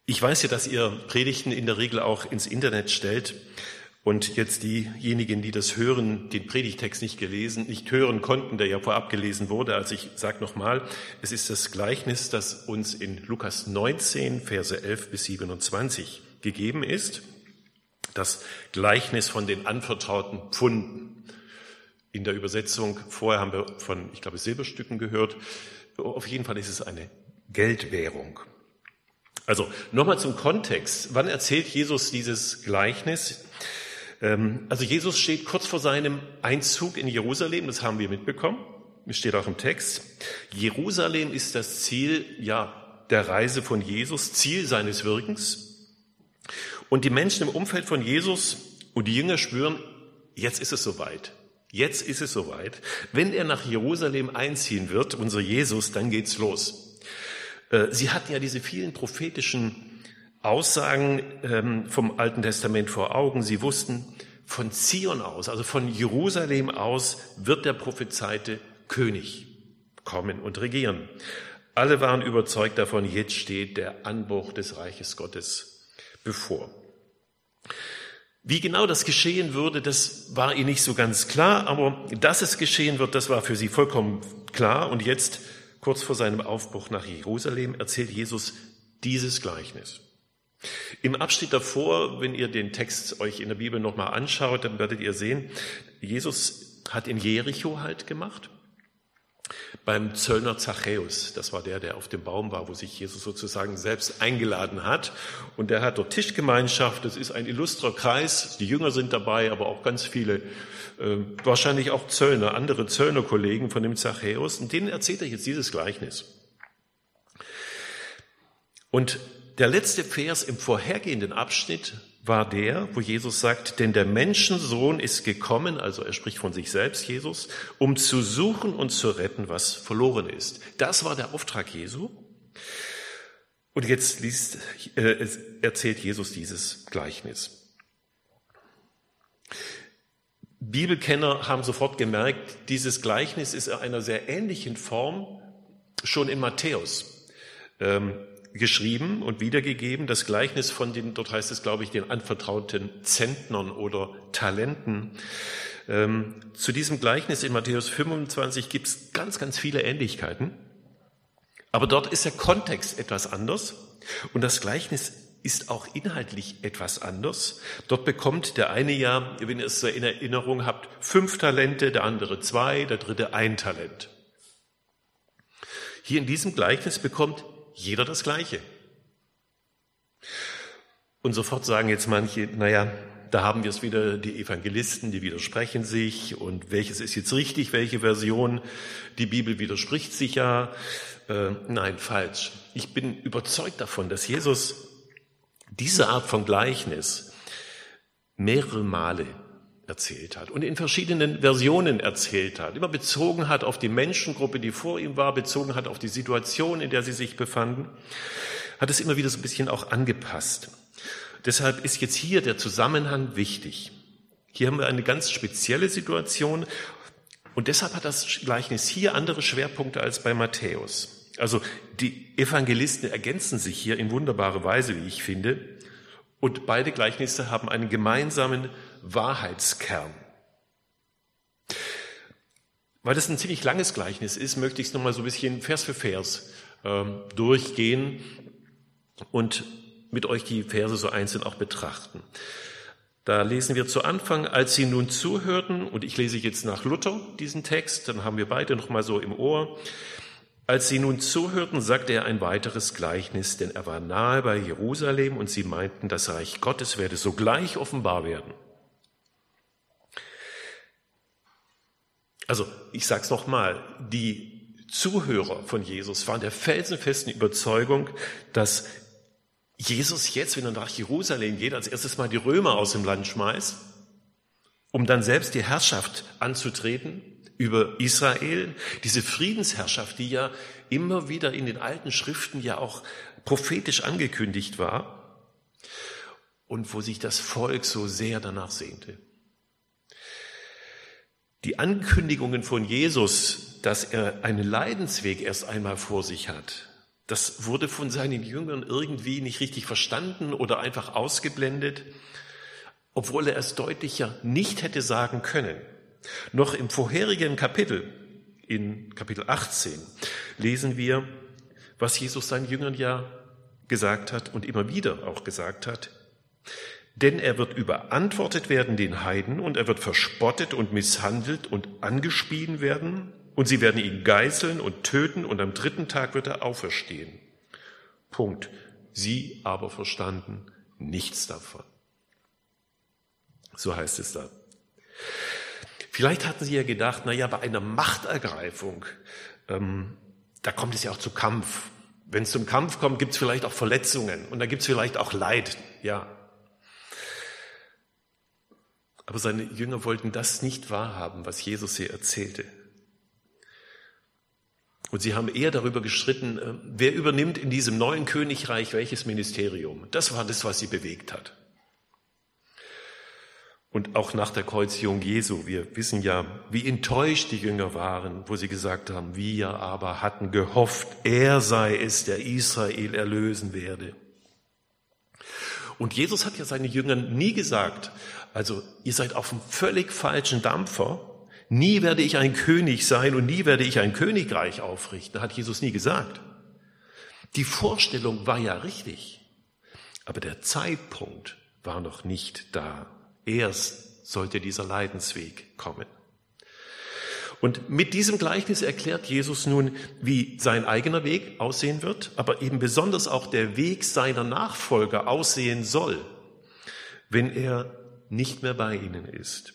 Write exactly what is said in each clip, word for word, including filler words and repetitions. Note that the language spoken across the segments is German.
Ich weiß ja, dass ihr Predigten in der Regel auch ins Internet stellt und jetzt diejenigen, die das hören, den Predigtext nicht gelesen, nicht hören konnten, der ja vorab gelesen wurde. Also ich sage nochmal, es ist das Gleichnis, das uns in Lukas neunzehn, Verse elf bis siebenundzwanzig gegeben ist. Das Gleichnis von den anvertrauten Pfunden. In der Übersetzung, vorher haben wir von, ich glaube, Silberstücken gehört. Auf jeden Fall ist es eine Geldwährung. Also nochmal zum Kontext. Wann erzählt Jesus dieses Gleichnis? Also Jesus steht kurz vor seinem Einzug in Jerusalem, das haben wir mitbekommen. Es steht auch im Text. Jerusalem ist das Ziel, ja, der Reise von Jesus, Ziel seines Wirkens. Und die Menschen im Umfeld von Jesus und die Jünger spüren, jetzt ist es soweit. Jetzt ist es soweit. Wenn er nach Jerusalem einziehen wird, unser Jesus, dann geht's los. Sie hatten ja diese vielen prophetischen Aussagen vom Alten Testament vor Augen. Sie wussten, von Zion aus, also von Jerusalem aus, wird der prophezeite König kommen und regieren. Alle waren überzeugt davon, jetzt steht der Anbruch des Reiches Gottes bevor. Wie genau das geschehen würde, das war ihnen nicht so ganz klar, aber dass es geschehen wird, das war für sie vollkommen klar. Und jetzt, kurz vor seinem Aufbruch nach Jerusalem, erzählt Jesus dieses Gleichnis. Im Abschnitt davor, wenn ihr den Text euch in der Bibel nochmal anschaut, dann werdet ihr sehen, Jesus hat in Jericho Halt gemacht. Beim Zöllner Zachäus, das war der, der auf dem Baum war, wo sich Jesus sozusagen selbst eingeladen hat. Und der hat dort Tischgemeinschaft, das ist ein illustrer Kreis, die Jünger sind dabei, aber auch ganz viele, äh, wahrscheinlich auch Zöllner, andere Zöllnerkollegen von dem Zachäus. Und denen erzählt er jetzt dieses Gleichnis. Und der letzte Vers im vorhergehenden Abschnitt war der, wo Jesus sagt, denn der Menschensohn ist gekommen, also er spricht von sich selbst, Jesus, um zu suchen und zu retten, was verloren ist. Das war der Auftrag Jesu. Und jetzt liest, äh, erzählt Jesus dieses Gleichnis. Bibelkenner haben sofort gemerkt, dieses Gleichnis ist in einer sehr ähnlichen Form schon in Matthäus ähm, geschrieben und wiedergegeben, das Gleichnis von den, dort heißt es, glaube ich, den anvertrauten Zentnern oder Talenten. Ähm, zu diesem Gleichnis in Matthäus fünfundzwanzig gibt es ganz, ganz viele Ähnlichkeiten, aber dort ist der Kontext etwas anders und das Gleichnis ist auch inhaltlich etwas anders. Dort bekommt der eine ja, wenn ihr es so in Erinnerung habt, fünf Talente, der andere zwei, der dritte ein Talent. Hier in diesem Gleichnis bekommt jeder das Gleiche. Und sofort sagen jetzt manche, naja, da haben wir es wieder, die Evangelisten, die widersprechen sich und welches ist jetzt richtig, welche Version, die Bibel widerspricht sich ja. Äh, nein, falsch. Ich bin überzeugt davon, dass Jesus diese Art von Gleichnis mehrere Male erzählt hat und in verschiedenen Versionen erzählt hat, immer bezogen hat auf die Menschengruppe, die vor ihm war, bezogen hat auf die Situation, in der sie sich befanden, hat es immer wieder so ein bisschen auch angepasst. Deshalb ist jetzt hier der Zusammenhang wichtig. Hier haben wir eine ganz spezielle Situation und deshalb hat das Gleichnis hier andere Schwerpunkte als bei Matthäus. Also die Evangelisten ergänzen sich hier in wunderbare Weise, wie ich finde, und beide Gleichnisse haben einen gemeinsamen Wahrheitskern. Weil das ein ziemlich langes Gleichnis ist, möchte ich es nochmal so ein bisschen Vers für Vers ähm, durchgehen und mit euch die Verse so einzeln auch betrachten. Da lesen wir zu Anfang, als sie nun zuhörten, und ich lese jetzt nach Luther diesen Text, dann haben wir beide nochmal so im Ohr. Als sie nun zuhörten, sagte er ein weiteres Gleichnis, denn er war nahe bei Jerusalem und sie meinten, das Reich Gottes werde sogleich offenbar werden. Also, ich sage es nochmal, die Zuhörer von Jesus waren der felsenfesten Überzeugung, dass Jesus jetzt, wenn er nach Jerusalem geht, als erstes mal die Römer aus dem Land schmeißt, um dann selbst die Herrschaft anzutreten über Israel, diese Friedensherrschaft, die ja immer wieder in den alten Schriften ja auch prophetisch angekündigt war und wo sich das Volk so sehr danach sehnte. Die Ankündigungen von Jesus, dass er einen Leidensweg erst einmal vor sich hat, Das wurde von seinen Jüngern irgendwie nicht richtig verstanden oder einfach ausgeblendet, obwohl er es deutlicher nicht hätte sagen können. Noch im vorherigen Kapitel, in Kapitel achtzehn, lesen wir, was Jesus seinen Jüngern ja gesagt hat und immer wieder auch gesagt hat. Denn er wird überantwortet werden den Heiden und er wird verspottet und misshandelt und angespien werden und sie werden ihn geißeln und töten und am dritten Tag wird er auferstehen. Punkt. Sie aber verstanden nichts davon. So heißt es da. Vielleicht hatten sie ja gedacht, na ja, bei einer Machtergreifung, ähm, da kommt es ja auch zu Kampf. Wenn es zum Kampf kommt, gibt es vielleicht auch Verletzungen und da gibt es vielleicht auch Leid, ja. Aber seine Jünger wollten das nicht wahrhaben, was Jesus hier erzählte. Und sie haben eher darüber gestritten, wer übernimmt in diesem neuen Königreich welches Ministerium. Das war das, was sie bewegt hat. Und auch nach der Kreuzigung Jesu, wir wissen ja, wie enttäuscht die Jünger waren, wo sie gesagt haben, wir aber hatten gehofft, er sei es, der Israel erlösen werde. Und Jesus hat ja seinen Jüngern nie gesagt, also ihr seid auf einem völlig falschen Dampfer, nie werde ich ein König sein und nie werde ich ein Königreich aufrichten, hat Jesus nie gesagt. Die Vorstellung war ja richtig, aber der Zeitpunkt war noch nicht da. Erst sollte dieser Leidensweg kommen. Und mit diesem Gleichnis erklärt Jesus nun, wie sein eigener Weg aussehen wird, aber eben besonders auch der Weg seiner Nachfolger aussehen soll, wenn er nicht mehr bei ihnen ist.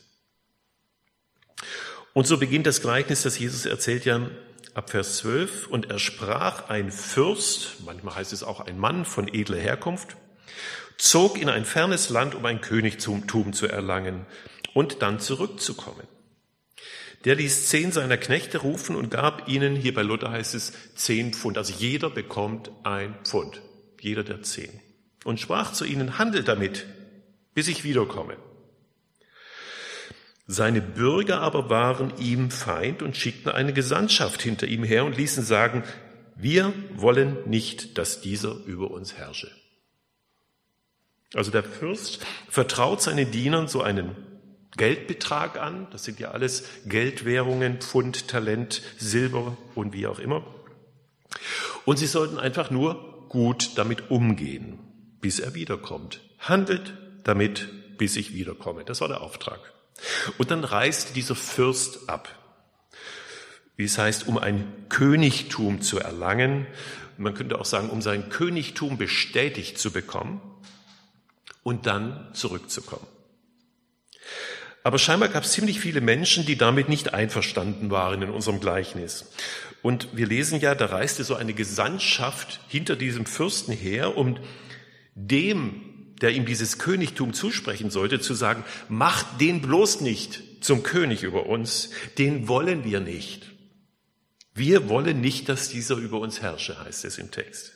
Und so beginnt das Gleichnis, das Jesus erzählt ja ab Vers zwölf. Und er sprach, ein Fürst, manchmal heißt es auch ein Mann von edler Herkunft, zog in ein fernes Land, um ein Königtum zu erlangen und dann zurückzukommen. Der ließ zehn seiner Knechte rufen und gab ihnen, hier bei Luther heißt es, zehn Pfund. Also jeder bekommt ein Pfund, jeder der zehn. Und sprach zu ihnen, handelt damit, bis ich wiederkomme. Seine Bürger aber waren ihm Feind und schickten eine Gesandtschaft hinter ihm her und ließen sagen, wir wollen nicht, dass dieser über uns herrsche. Also der Fürst vertraut seinen Dienern so einen Geldbetrag an, das sind ja alles Geldwährungen, Pfund, Talent, Silber und wie auch immer. Und sie sollten einfach nur gut damit umgehen, bis er wiederkommt. Handelt damit, bis ich wiederkomme. Das war der Auftrag. Und dann reist dieser Fürst ab. Wie es heißt, um ein Königtum zu erlangen. Man könnte auch sagen, um sein Königtum bestätigt zu bekommen und dann zurückzukommen. Aber scheinbar gab es ziemlich viele Menschen, die damit nicht einverstanden waren in unserem Gleichnis. Und wir lesen ja, da reiste so eine Gesandtschaft hinter diesem Fürsten her, um dem, der ihm dieses Königtum zusprechen sollte, zu sagen, macht den bloß nicht zum König über uns, den wollen wir nicht. Wir wollen nicht, dass dieser über uns herrsche, heißt es im Text.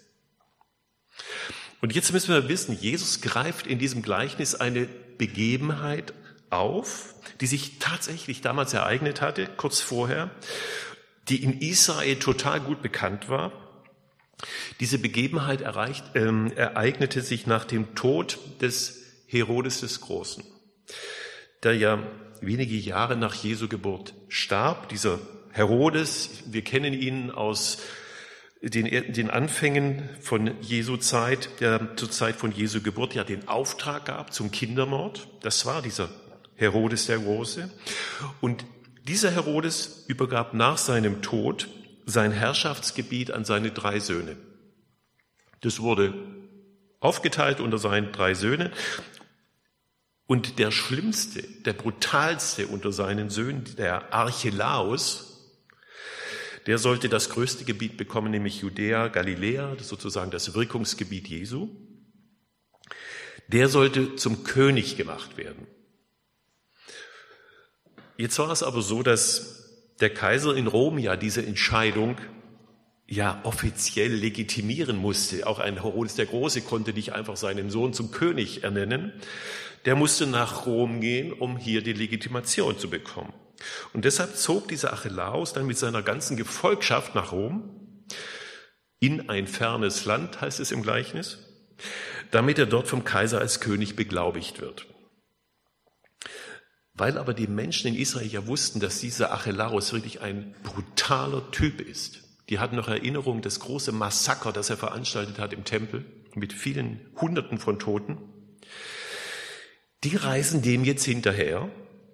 Und jetzt müssen wir wissen, Jesus greift in diesem Gleichnis eine Begebenheit auf, die sich tatsächlich damals ereignet hatte, kurz vorher, die in Israel total gut bekannt war. Diese Begebenheit erreicht, ähm, ereignete sich nach dem Tod des Herodes des Großen, der ja wenige Jahre nach Jesu Geburt starb. Dieser Herodes, wir kennen ihn aus den, den Anfängen von Jesu Zeit, der zur Zeit von Jesu Geburt ja den Auftrag gab zum Kindermord. Das war dieser Herodes der Große. Und dieser Herodes übergab nach seinem Tod sein Herrschaftsgebiet an seine drei Söhne. Das wurde aufgeteilt unter seinen drei Söhnen. Und der schlimmste, der brutalste unter seinen Söhnen, der Archelaus, der sollte das größte Gebiet bekommen, nämlich Judäa, Galiläa, das ist sozusagen das Wirkungsgebiet Jesu. Der sollte zum König gemacht werden. Jetzt war es aber so, dass der Kaiser in Rom ja diese Entscheidung ja offiziell legitimieren musste. Auch ein Herodes der Große konnte nicht einfach seinen Sohn zum König ernennen. Der musste nach Rom gehen, um hier die Legitimation zu bekommen. Und deshalb zog dieser Archelaus dann mit seiner ganzen Gefolgschaft nach Rom. in ein fernes Land, heißt es im Gleichnis, damit er dort vom Kaiser als König beglaubigt wird. Weil aber die Menschen in Israel ja wussten, dass dieser Archelaus wirklich ein brutaler Typ ist. Die hatten noch Erinnerung, das große Massaker, das er veranstaltet hat im Tempel, mit vielen Hunderten von Toten. Die reisen dem jetzt hinterher,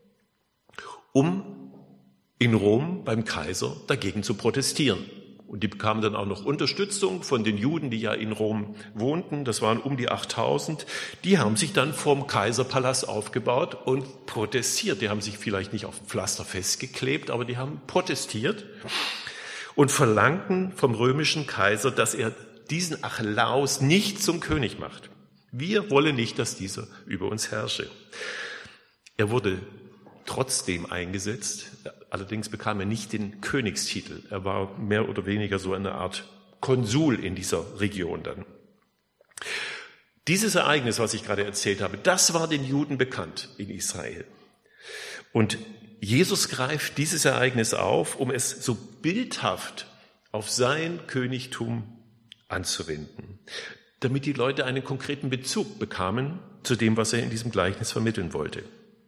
um in Rom beim Kaiser dagegen zu protestieren. Und die bekamen dann auch noch Unterstützung von den Juden, die ja in Rom wohnten. Das waren um die achttausend. Die haben sich dann vorm Kaiserpalast aufgebaut und protestiert. Die haben sich vielleicht nicht auf Pflaster festgeklebt, aber die haben protestiert und verlangten vom römischen Kaiser, dass er diesen Archelaus nicht zum König macht. Wir wollen nicht, dass dieser über uns herrsche. Er wurde trotzdem eingesetzt. Allerdings bekam er nicht den Königstitel. Er war mehr oder weniger so eine Art Konsul in dieser Region dann. Dieses Ereignis, was ich gerade erzählt habe, das war den Juden bekannt in Israel. Und Jesus greift dieses Ereignis auf, um es so bildhaft auf sein Königtum anzuwenden, damit die Leute einen konkreten Bezug bekamen zu dem, was er in diesem Gleichnis vermitteln wollte.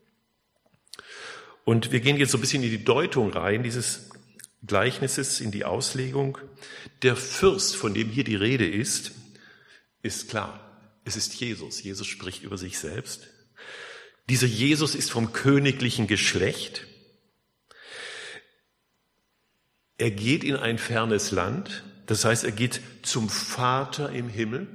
Und wir gehen jetzt so ein bisschen in die Deutung rein, dieses Gleichnisses, in die Auslegung. Der Fürst, von dem hier die Rede ist, ist klar, es ist Jesus. Jesus spricht über sich selbst. Dieser Jesus ist vom königlichen Geschlecht. Er geht in ein fernes Land, das heißt, er geht zum Vater im Himmel,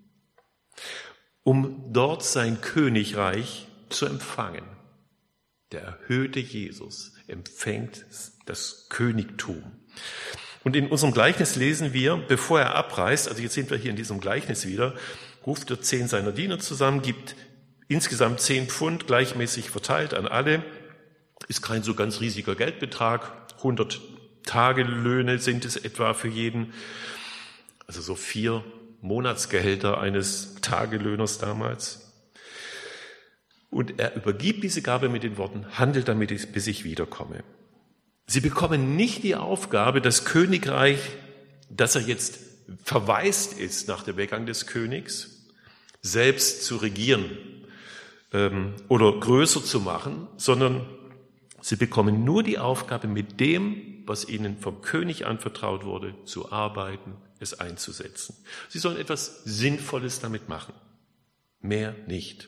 um dort sein Königreich zu empfangen. Der erhöhte Jesus empfängt das Königtum. Und in unserem Gleichnis lesen wir, bevor er abreist, also jetzt sind wir hier in diesem Gleichnis wieder, ruft er zehn seiner Diener zusammen, gibt insgesamt zehn Pfund gleichmäßig verteilt an alle. Ist kein so ganz riesiger Geldbetrag, hundert Tagelöhne sind es etwa für jeden, also so vier Monatsgehälter eines Tagelöhners damals. Und er übergibt diese Gabe mit den Worten, handelt damit, bis ich wiederkomme. Sie bekommen nicht die Aufgabe, das Königreich, das er jetzt verwaist ist nach dem Weggang des Königs, selbst zu regieren ähm, oder größer zu machen, sondern sie bekommen nur die Aufgabe, mit dem, was ihnen vom König anvertraut wurde, zu arbeiten, es einzusetzen. Sie sollen etwas Sinnvolles damit machen, mehr nicht.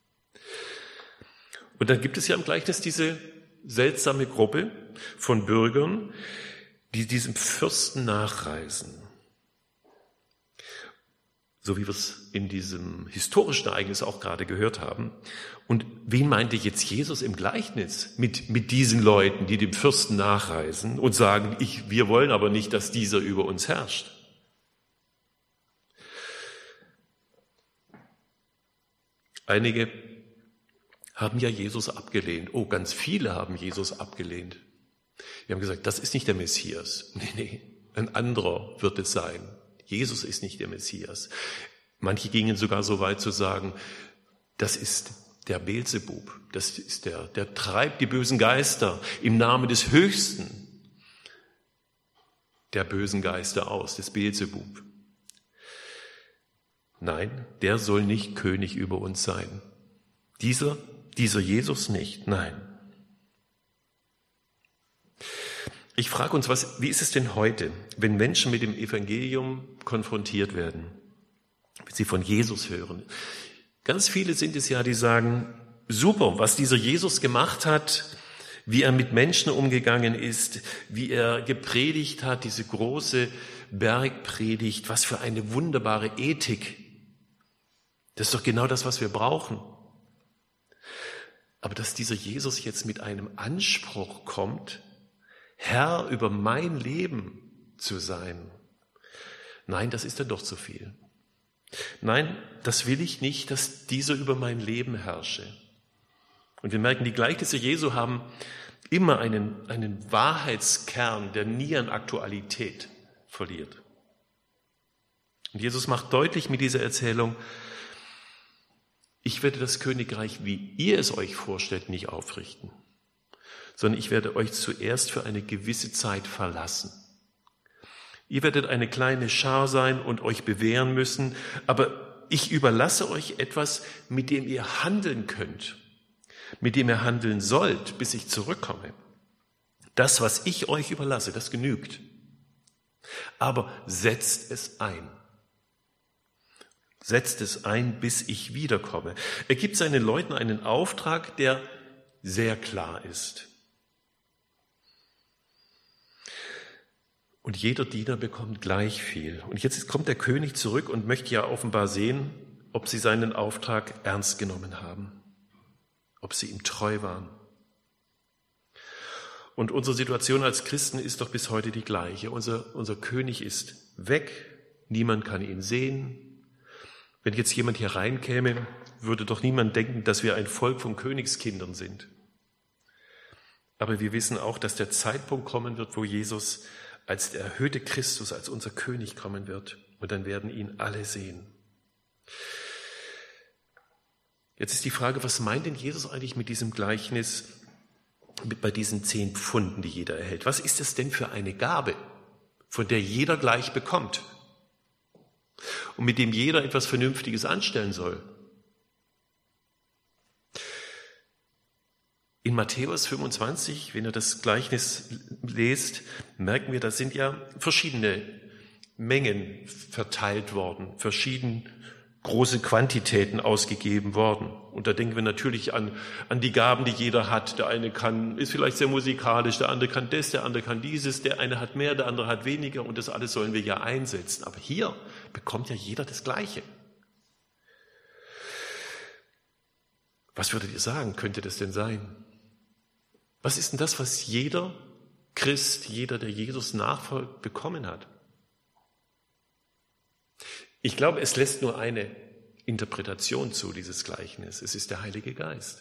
Und dann gibt es ja im Gleichnis diese seltsame Gruppe von Bürgern, die diesem Fürsten nachreisen. So wie wir es in diesem historischen Ereignis auch gerade gehört haben. Und wen meinte jetzt Jesus im Gleichnis mit, mit diesen Leuten, die dem Fürsten nachreisen und sagen, ich, wir wollen aber nicht, dass dieser über uns herrscht? Einige haben ja Jesus abgelehnt. Oh, ganz viele haben Jesus abgelehnt. Die haben gesagt, das ist nicht der Messias. Nee, nee, ein anderer wird es sein. Jesus ist nicht der Messias. Manche gingen sogar so weit zu sagen, das ist der Beelzebub. Das ist der, der treibt die bösen Geister im Namen des Höchsten der bösen Geister aus, des Beelzebub. Nein, der soll nicht König über uns sein. Dieser Dieser Jesus nicht, nein. Ich frage uns, was, wie ist es denn heute, wenn Menschen mit dem Evangelium konfrontiert werden, wenn sie von Jesus hören? Ganz viele sind es ja, die sagen, super, was dieser Jesus gemacht hat, wie er mit Menschen umgegangen ist, wie er gepredigt hat, diese große Bergpredigt, was für eine wunderbare Ethik. Das ist doch genau das, was wir brauchen. Aber dass dieser Jesus jetzt mit einem Anspruch kommt, Herr über mein Leben zu sein, nein, das ist dann doch zu viel. Nein, das will ich nicht, dass dieser über mein Leben herrsche. Und wir merken, die Gleichnisse Jesu haben immer einen, einen Wahrheitskern, der nie an Aktualität verliert. Und Jesus macht deutlich mit dieser Erzählung, ich werde das Königreich, wie ihr es euch vorstellt, nicht aufrichten, sondern ich werde euch zuerst für eine gewisse Zeit verlassen. Ihr werdet eine kleine Schar sein und euch bewähren müssen, aber ich überlasse euch etwas, mit dem ihr handeln könnt, mit dem ihr handeln sollt, bis ich zurückkomme. Das, was ich euch überlasse, das genügt. Aber setzt es ein. Setzt es ein, bis ich wiederkomme. Er gibt seinen Leuten einen Auftrag, der sehr klar ist. Und jeder Diener bekommt gleich viel. Und jetzt kommt der König zurück und möchte ja offenbar sehen, ob sie seinen Auftrag ernst genommen haben, ob sie ihm treu waren. Und unsere Situation als Christen ist doch bis heute die gleiche. Unser, unser König ist weg, niemand kann ihn sehen. Wenn jetzt jemand hier reinkäme, würde doch niemand denken, dass wir ein Volk von Königskindern sind. Aber wir wissen auch, dass der Zeitpunkt kommen wird, wo Jesus als der erhöhte Christus, als unser König kommen wird. Und dann werden ihn alle sehen. Jetzt ist die Frage, was meint denn Jesus eigentlich mit diesem Gleichnis, mit bei diesen zehn Pfunden, die jeder erhält? Was ist das denn für eine Gabe, von der jeder gleich bekommt? Und mit dem jeder etwas Vernünftiges anstellen soll. In Matthäus fünfundzwanzig, wenn ihr das Gleichnis lest, merken wir, da sind ja verschiedene Mengen verteilt worden, verschiedene große Quantitäten ausgegeben worden. Und da denken wir natürlich an, an die Gaben, die jeder hat. Der eine kann, ist vielleicht sehr musikalisch, der andere kann das, der andere kann dieses, der eine hat mehr, der andere hat weniger und das alles sollen wir ja einsetzen. Aber hier bekommt ja jeder das Gleiche. Was würdet ihr sagen, könnte das denn sein? Was ist denn das, was jeder Christ, jeder, der Jesus nachfolgt, bekommen hat? Ich glaube, es lässt nur eine Interpretation zu, dieses Gleichnis. Es ist der Heilige Geist.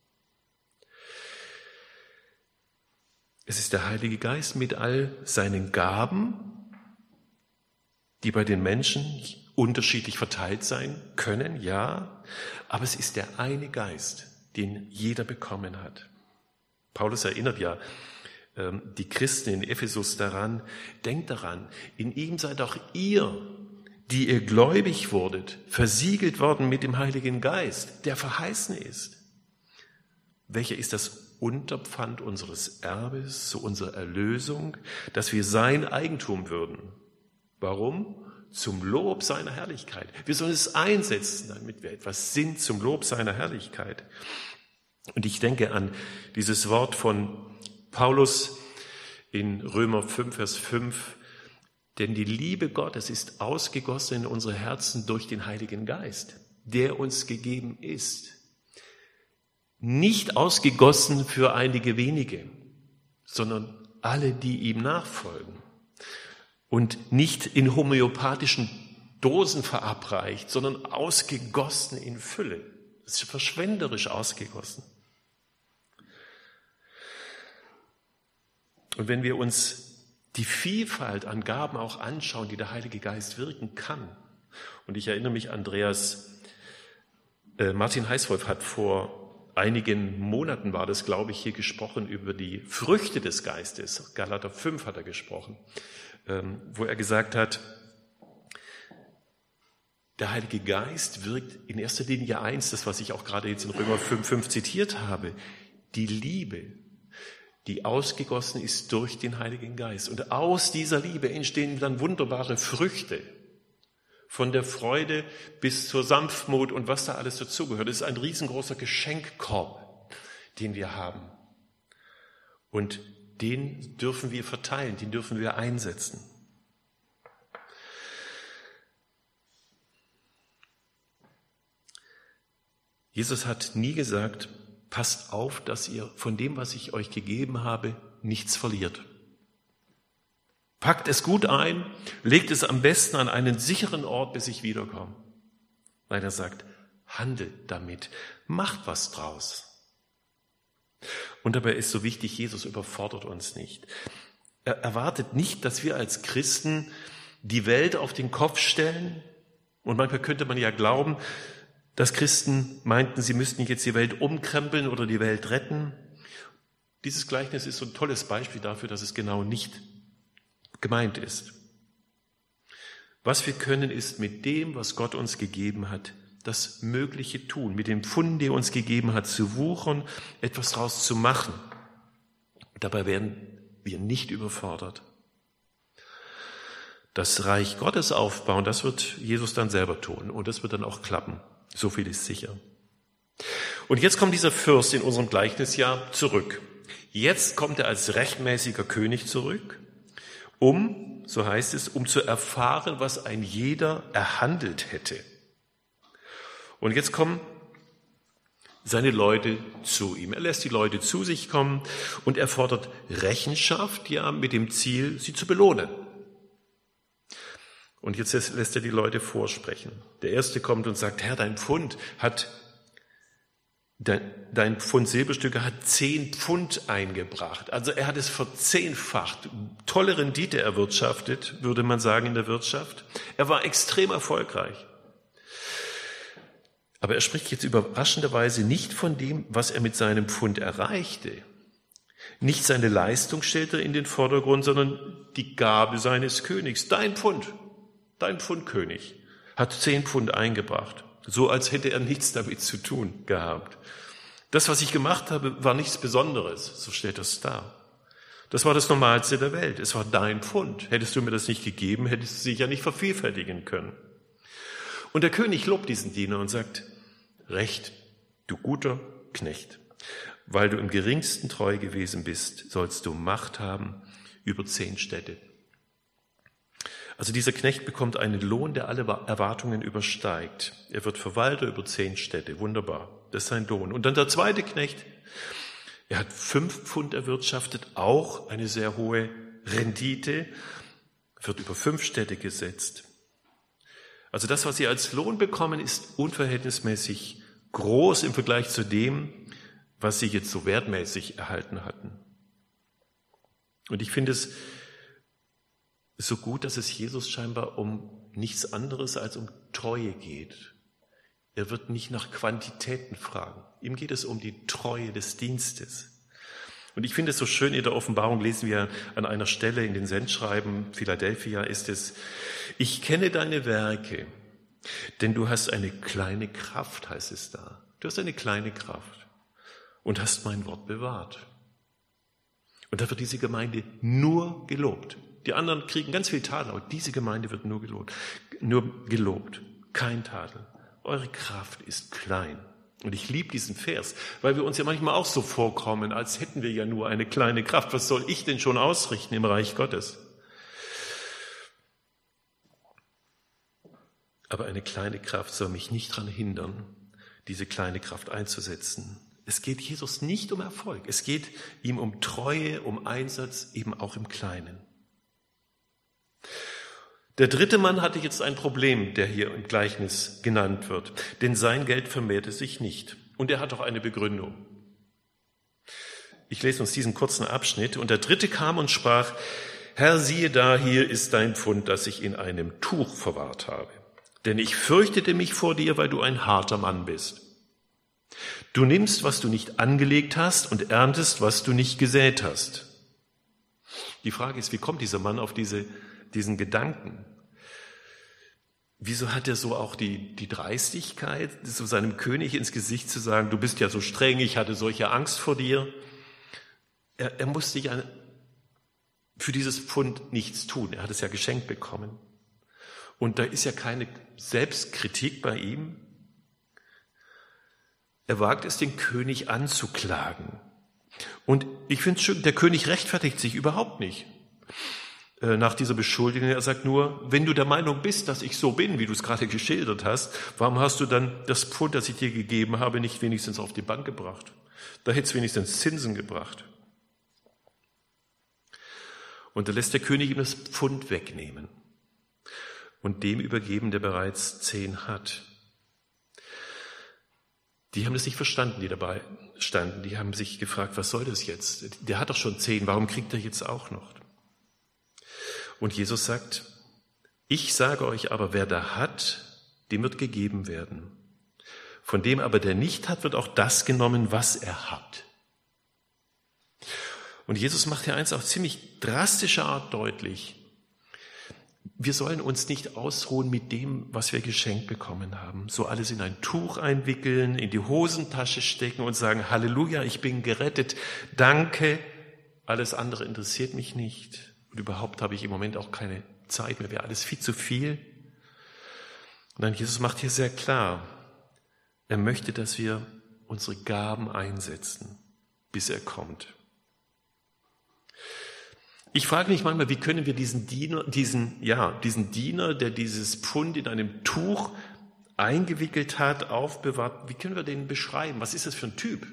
Es ist der Heilige Geist mit all seinen Gaben, die bei den Menschen unterschiedlich verteilt sein können, ja, aber es ist der eine Geist, den jeder bekommen hat. Paulus erinnert ja ähm, die Christen in Ephesus daran, denkt daran, in ihm seid auch ihr, die ihr gläubig wurdet, versiegelt worden mit dem Heiligen Geist, der verheißen ist. Welcher ist das Unterpfand unseres Erbes, zu unserer Erlösung, dass wir sein Eigentum würden? Warum? Zum Lob seiner Herrlichkeit. Wir sollen es einsetzen, damit wir etwas sind zum Lob seiner Herrlichkeit. Und ich denke an dieses Wort von Paulus in Römer fünf, Vers fünf, denn die Liebe Gottes ist ausgegossen in unsere Herzen durch den Heiligen Geist, der uns gegeben ist. Nicht ausgegossen für einige wenige, sondern alle, die ihm nachfolgen. Und nicht in homöopathischen Dosen verabreicht, sondern ausgegossen in Fülle. Das ist verschwenderisch ausgegossen. Und wenn wir uns die Vielfalt an Gaben auch anschauen, die der Heilige Geist wirken kann. Und ich erinnere mich, Andreas, äh, Martin Heißwolf hat vor einigen Monaten, war das, glaube ich, hier gesprochen über die Früchte des Geistes. Galater fünf hat er gesprochen, ähm, wo er gesagt hat, der Heilige Geist wirkt in erster Linie eins, das, was ich auch gerade jetzt in Römer fünf, fünf zitiert habe, die Liebe, die ausgegossen ist durch den Heiligen Geist. Und aus dieser Liebe entstehen dann wunderbare Früchte, von der Freude bis zur Sanftmut und was da alles dazugehört. Das ist ein riesengroßer Geschenkkorb, den wir haben. Und den dürfen wir verteilen, den dürfen wir einsetzen. Jesus hat nie gesagt, passt auf, dass ihr von dem, was ich euch gegeben habe, nichts verliert. Packt es gut ein, legt es am besten an einen sicheren Ort, bis ich wiederkomme. Nein, er sagt, handelt damit, macht was draus. Und dabei ist so wichtig, Jesus überfordert uns nicht. Er erwartet nicht, dass wir als Christen die Welt auf den Kopf stellen. Und manchmal könnte man ja glauben, dass Christen meinten, sie müssten jetzt die Welt umkrempeln oder die Welt retten. Dieses Gleichnis ist so ein tolles Beispiel dafür, dass es genau nicht gemeint ist. Was wir können, ist mit dem, was Gott uns gegeben hat, das Mögliche tun, mit dem Pfund, der uns gegeben hat, zu wuchern, etwas daraus zu machen. Dabei werden wir nicht überfordert. Das Reich Gottes aufbauen, das wird Jesus dann selber tun und das wird dann auch klappen. So viel ist sicher. Und jetzt kommt dieser Fürst in unserem Gleichnis ja zurück. Jetzt kommt er als rechtmäßiger König zurück, um, so heißt es, um zu erfahren, was ein jeder erhandelt hätte. Und jetzt kommen seine Leute zu ihm. Er lässt die Leute zu sich kommen und er fordert Rechenschaft, ja, mit dem Ziel, sie zu belohnen. Und jetzt lässt er die Leute vorsprechen. Der Erste kommt und sagt, Herr, dein Pfund hat, dein, dein Pfund Silberstücke hat zehn Pfund eingebracht. Also er hat es verzehnfacht. Tolle Rendite erwirtschaftet, würde man sagen in der Wirtschaft. Er war extrem erfolgreich. Aber er spricht jetzt überraschenderweise nicht von dem, was er mit seinem Pfund erreichte. Nicht seine Leistung stellt er in den Vordergrund, sondern die Gabe seines Königs. Dein Pfund, dein Pfundkönig, hat zehn Pfund eingebracht. So als hätte er nichts damit zu tun gehabt. Das, was ich gemacht habe, war nichts Besonderes, so stellt er es dar. Das war das Normalste der Welt. Es war dein Pfund. Hättest du mir das nicht gegeben, hättest du dich ja nicht vervielfältigen können. Und der König lobt diesen Diener und sagt, Recht, du guter Knecht, weil du im geringsten treu gewesen bist, sollst du Macht haben über zehn Städte. Also dieser Knecht bekommt einen Lohn, der alle Erwartungen übersteigt. Er wird Verwalter über zehn Städte, wunderbar, das ist sein Lohn. Und dann der zweite Knecht, er hat fünf Pfund erwirtschaftet, auch eine sehr hohe Rendite, wird über fünf Städte gesetzt. Also das, was sie als Lohn bekommen, ist unverhältnismäßig groß im Vergleich zu dem, was sie jetzt so wertmäßig erhalten hatten. Und ich finde es so gut, dass es Jesus scheinbar um nichts anderes als um Treue geht. Er wird nicht nach Quantitäten fragen. Ihm geht es um die Treue des Dienstes. Und ich finde es so schön, in der Offenbarung lesen wir an einer Stelle in den Sendschreiben Philadelphia ist es, ich kenne deine Werke, denn du hast eine kleine Kraft, heißt es da. Du hast eine kleine Kraft und hast mein Wort bewahrt. Und da wird diese Gemeinde nur gelobt. Die anderen kriegen ganz viel Tadel, aber diese Gemeinde wird nur gelobt. Nur gelobt, kein Tadel. Eure Kraft ist klein. Und ich liebe diesen Vers, weil wir uns ja manchmal auch so vorkommen, als hätten wir ja nur eine kleine Kraft. Was soll ich denn schon ausrichten im Reich Gottes? Aber eine kleine Kraft soll mich nicht daran hindern, diese kleine Kraft einzusetzen. Es geht Jesus nicht um Erfolg. Es geht ihm um Treue, um Einsatz, eben auch im Kleinen. Der dritte Mann hatte jetzt ein Problem, der hier im Gleichnis genannt wird, denn sein Geld vermehrte sich nicht. Und er hat auch eine Begründung. Ich lese uns diesen kurzen Abschnitt. Und der dritte kam und sprach, Herr, siehe da, hier ist dein Pfund, das ich in einem Tuch verwahrt habe. Denn ich fürchtete mich vor dir, weil du ein harter Mann bist. Du nimmst, was du nicht angelegt hast, und erntest, was du nicht gesät hast. Die Frage ist, wie kommt dieser Mann auf diese diesen Gedanken? Wieso hat er so auch die, die Dreistigkeit, so seinem König ins Gesicht zu sagen, du bist ja so streng, ich hatte solche Angst vor dir. Er, er musste ja für dieses Pfund nichts tun, er hat es ja geschenkt bekommen. Und da ist ja keine Selbstkritik bei ihm. Er wagt es, den König anzuklagen. Und ich finde es schön, der König rechtfertigt sich überhaupt nicht nach dieser Beschuldigung. Er sagt nur, wenn du der Meinung bist, dass ich so bin, wie du es gerade geschildert hast, warum hast du dann das Pfund, das ich dir gegeben habe, nicht wenigstens auf die Bank gebracht? Da hätte es wenigstens Zinsen gebracht. Und da lässt der König ihm das Pfund wegnehmen und dem übergeben, der bereits zehn hat. Die haben das nicht verstanden, die dabei standen. Die haben sich gefragt, was soll das jetzt? Der hat doch schon zehn, warum kriegt er jetzt auch noch? Und Jesus sagt, ich sage euch aber, wer da hat, dem wird gegeben werden. Von dem aber, der nicht hat, wird auch das genommen, was er hat. Und Jesus macht hier eins auf ziemlich drastische Art deutlich. wir sollen uns nicht ausruhen mit dem, was wir geschenkt bekommen haben. So alles in ein Tuch einwickeln, in die Hosentasche stecken und sagen, Halleluja, ich bin gerettet, danke, alles andere interessiert mich nicht. Und überhaupt habe ich im Moment auch keine Zeit mehr, wäre alles viel zu viel. Und dann Jesus macht hier sehr klar, er möchte, dass wir unsere Gaben einsetzen, bis er kommt. Ich frage mich manchmal, wie können wir diesen Diener, diesen, ja, diesen Diener, der dieses Pfund in einem Tuch eingewickelt hat, aufbewahrt, wie können wir den beschreiben? Was ist das für ein Typ?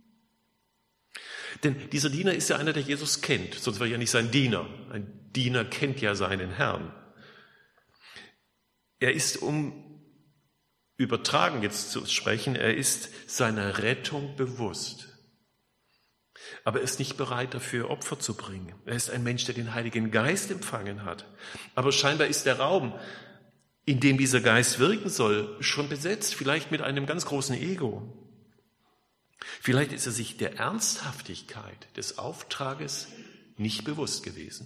Denn dieser Diener ist ja einer, der Jesus kennt, sonst wäre er ja nicht sein Diener. Ein Diener kennt ja seinen Herrn. Er ist, um übertragen jetzt zu sprechen, er ist seiner Rettung bewusst. Aber er ist nicht bereit, dafür Opfer zu bringen. Er ist ein Mensch, der den Heiligen Geist empfangen hat. Aber scheinbar ist der Raum, in dem dieser Geist wirken soll, schon besetzt, vielleicht mit einem ganz großen Ego. Vielleicht ist er sich der Ernsthaftigkeit des Auftrages nicht bewusst gewesen.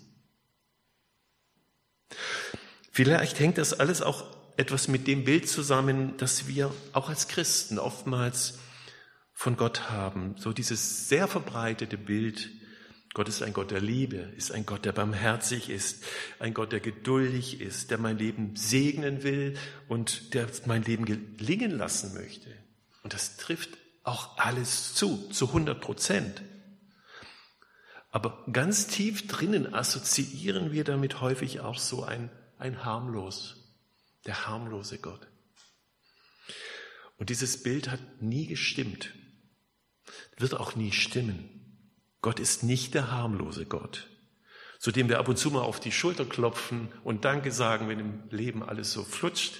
Vielleicht hängt das alles auch etwas mit dem Bild zusammen, das wir auch als Christen oftmals von Gott haben. So dieses sehr verbreitete Bild, Gott ist ein Gott der Liebe, ist ein Gott, der barmherzig ist, ein Gott, der geduldig ist, der mein Leben segnen will und der mein Leben gelingen lassen möchte. Und das trifft auch alles zu, zu hundert Prozent. Aber ganz tief drinnen assoziieren wir damit häufig auch so ein, ein harmlos, der harmlose Gott. Und dieses Bild hat nie gestimmt, wird auch nie stimmen. Gott ist nicht der harmlose Gott, zu dem wir ab und zu mal auf die Schulter klopfen und Danke sagen, wenn im Leben alles so flutscht.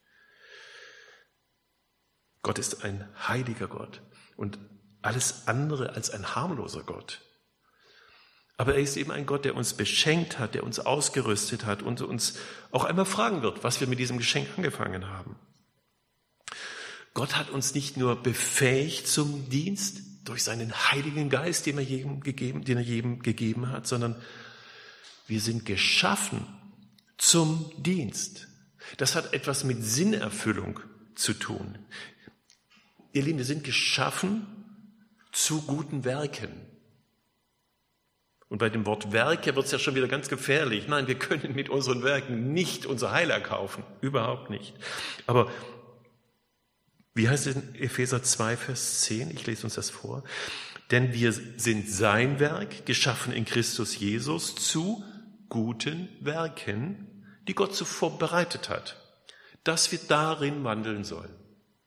Gott ist ein heiliger Gott und alles andere als ein harmloser Gott. Aber er ist eben ein Gott, der uns beschenkt hat, der uns ausgerüstet hat und uns auch einmal fragen wird, was wir mit diesem Geschenk angefangen haben. Gott hat uns nicht nur befähigt zum Dienst durch seinen Heiligen Geist, den er jedem gegeben, den er jedem gegeben hat, sondern wir sind geschaffen zum Dienst. Das hat etwas mit Sinnerfüllung zu tun. Ihr Lieben, wir sind geschaffen zu guten Werken. Und bei dem Wort Werke wird es ja schon wieder ganz gefährlich. Nein, wir können mit unseren Werken nicht unser Heil erkaufen. Überhaupt nicht. Aber wie heißt es in Epheser zwei, Vers zehn? Ich lese uns das vor. Denn wir sind sein Werk, geschaffen in Christus Jesus, zu guten Werken, die Gott zuvor bereitet hat, dass wir darin wandeln sollen.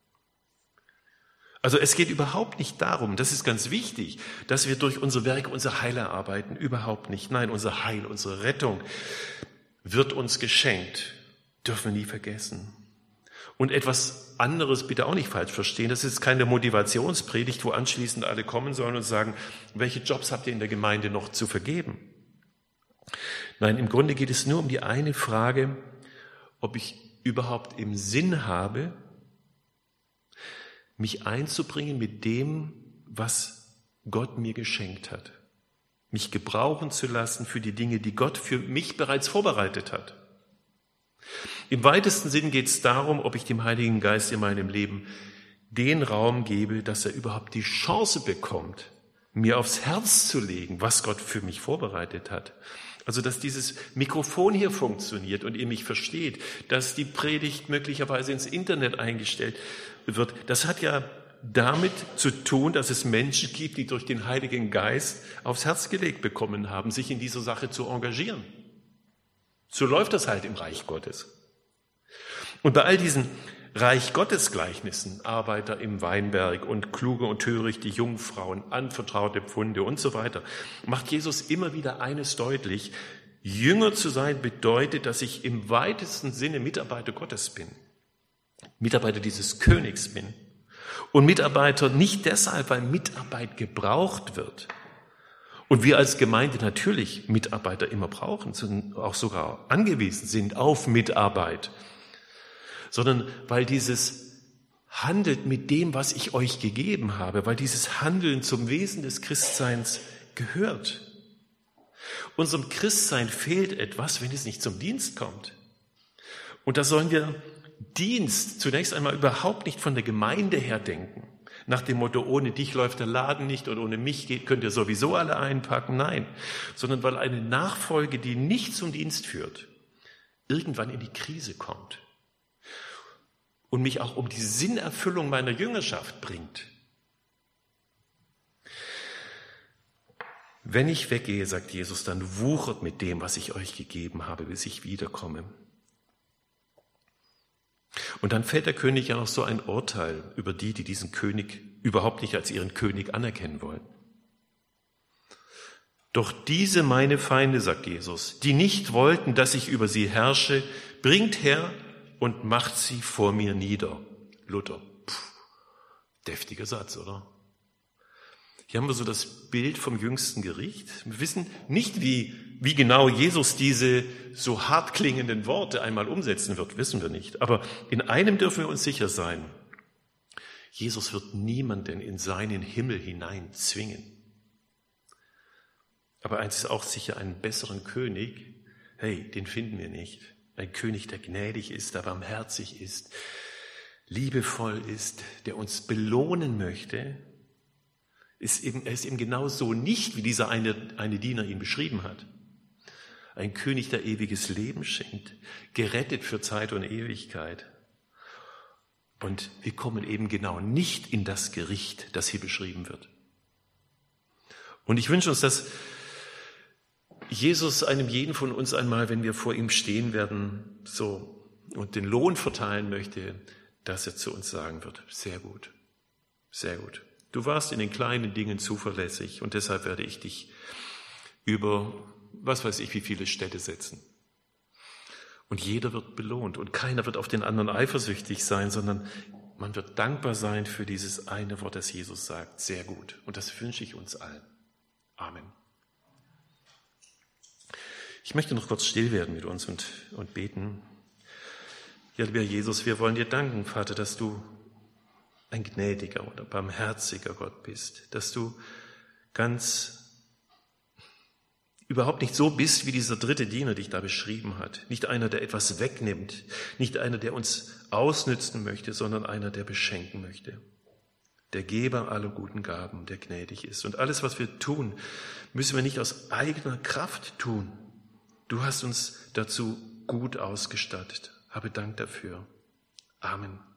Also es geht überhaupt nicht darum, das ist ganz wichtig, dass wir durch unsere Werke unser Heil erarbeiten. Überhaupt nicht. Nein, unser Heil, unsere Rettung wird uns geschenkt. Dürfen wir nie vergessen. Und etwas anderes bitte auch nicht falsch verstehen. Das ist keine Motivationspredigt, wo anschließend alle kommen sollen und sagen, welche Jobs habt ihr in der Gemeinde noch zu vergeben? Nein, im Grunde geht es nur um die eine Frage, ob ich überhaupt im Sinn habe, mich einzubringen mit dem, was Gott mir geschenkt hat. Mich gebrauchen zu lassen für die Dinge, die Gott für mich bereits vorbereitet hat. Im weitesten Sinn geht es darum, ob ich dem Heiligen Geist in meinem Leben den Raum gebe, dass er überhaupt die Chance bekommt, mir aufs Herz zu legen, was Gott für mich vorbereitet hat. Also, dass dieses Mikrofon hier funktioniert und ihr mich versteht, dass die Predigt möglicherweise ins Internet eingestellt wird, das hat ja damit zu tun, dass es Menschen gibt, die durch den Heiligen Geist aufs Herz gelegt bekommen haben, sich in dieser Sache zu engagieren. So läuft das halt im Reich Gottes. Und bei all diesen Reich Gottes Gleichnissen, Arbeiter im Weinberg und kluge und törichte Jungfrauen, anvertraute Pfunde und so weiter, macht Jesus immer wieder eines deutlich: Jünger zu sein bedeutet, dass ich im weitesten Sinne Mitarbeiter Gottes bin, Mitarbeiter dieses Königs bin. Und Mitarbeiter nicht deshalb, weil Mitarbeit gebraucht wird. Und wir als Gemeinde natürlich Mitarbeiter immer brauchen, sind auch sogar angewiesen sind auf Mitarbeit, sondern weil dieses handelt mit dem, was ich euch gegeben habe, weil dieses Handeln zum Wesen des Christseins gehört. Unserem Christsein fehlt etwas, wenn es nicht zum Dienst kommt. Und da sollen wir Dienst zunächst einmal überhaupt nicht von der Gemeinde her denken. Nach dem Motto, ohne dich läuft der Laden nicht und ohne mich geht, könnt ihr sowieso alle einpacken. Nein, sondern weil eine Nachfolge, die nicht zum Dienst führt, irgendwann in die Krise kommt und mich auch um die Sinnerfüllung meiner Jüngerschaft bringt. Wenn ich weggehe, sagt Jesus, dann wuchert mit dem, was ich euch gegeben habe, bis ich wiederkomme. Und dann fällt der König ja noch so ein Urteil über die, die diesen König überhaupt nicht als ihren König anerkennen wollen. Doch diese meine Feinde, sagt Jesus, die nicht wollten, dass ich über sie herrsche, bringt her und macht sie vor mir nieder. Luther. Puh, deftiger Satz, oder? Hier haben wir so das Bild vom jüngsten Gericht. Wir wissen nicht, wie, wie genau Jesus diese so hart klingenden Worte einmal umsetzen wird, wissen wir nicht. Aber in einem dürfen wir uns sicher sein. Jesus wird niemanden in seinen Himmel hinein zwingen. Aber eins ist auch sicher, einen besseren König, hey, den finden wir nicht. Ein König, der gnädig ist, der barmherzig ist, liebevoll ist, der uns belohnen möchte, ist eben, er ist eben genau so nicht, wie dieser eine, eine Diener ihn beschrieben hat. Ein König, der ewiges Leben schenkt, gerettet für Zeit und Ewigkeit. Und wir kommen eben genau nicht in das Gericht, das hier beschrieben wird. Und ich wünsche uns, dass Jesus einem jeden von uns einmal, wenn wir vor ihm stehen werden, so und den Lohn verteilen möchte, dass er zu uns sagen wird, sehr gut, sehr gut. Du warst in den kleinen Dingen zuverlässig und deshalb werde ich dich über, was weiß ich, wie viele Städte setzen. Und jeder wird belohnt und keiner wird auf den anderen eifersüchtig sein, sondern man wird dankbar sein für dieses eine Wort, das Jesus sagt. Sehr gut. Und das wünsche ich uns allen. Amen. Ich möchte noch kurz still werden mit uns und, und beten. Ja, lieber Jesus, wir wollen dir danken, Vater, dass du ein gnädiger oder barmherziger Gott bist, dass du ganz überhaupt nicht so bist, wie dieser dritte Diener dich da beschrieben hat. Nicht einer, der etwas wegnimmt, nicht einer, der uns ausnützen möchte, sondern einer, der beschenken möchte. Der Geber aller guten Gaben, der gnädig ist. Und alles, was wir tun, müssen wir nicht aus eigener Kraft tun. Du hast uns dazu gut ausgestattet. Habe Dank dafür. Amen.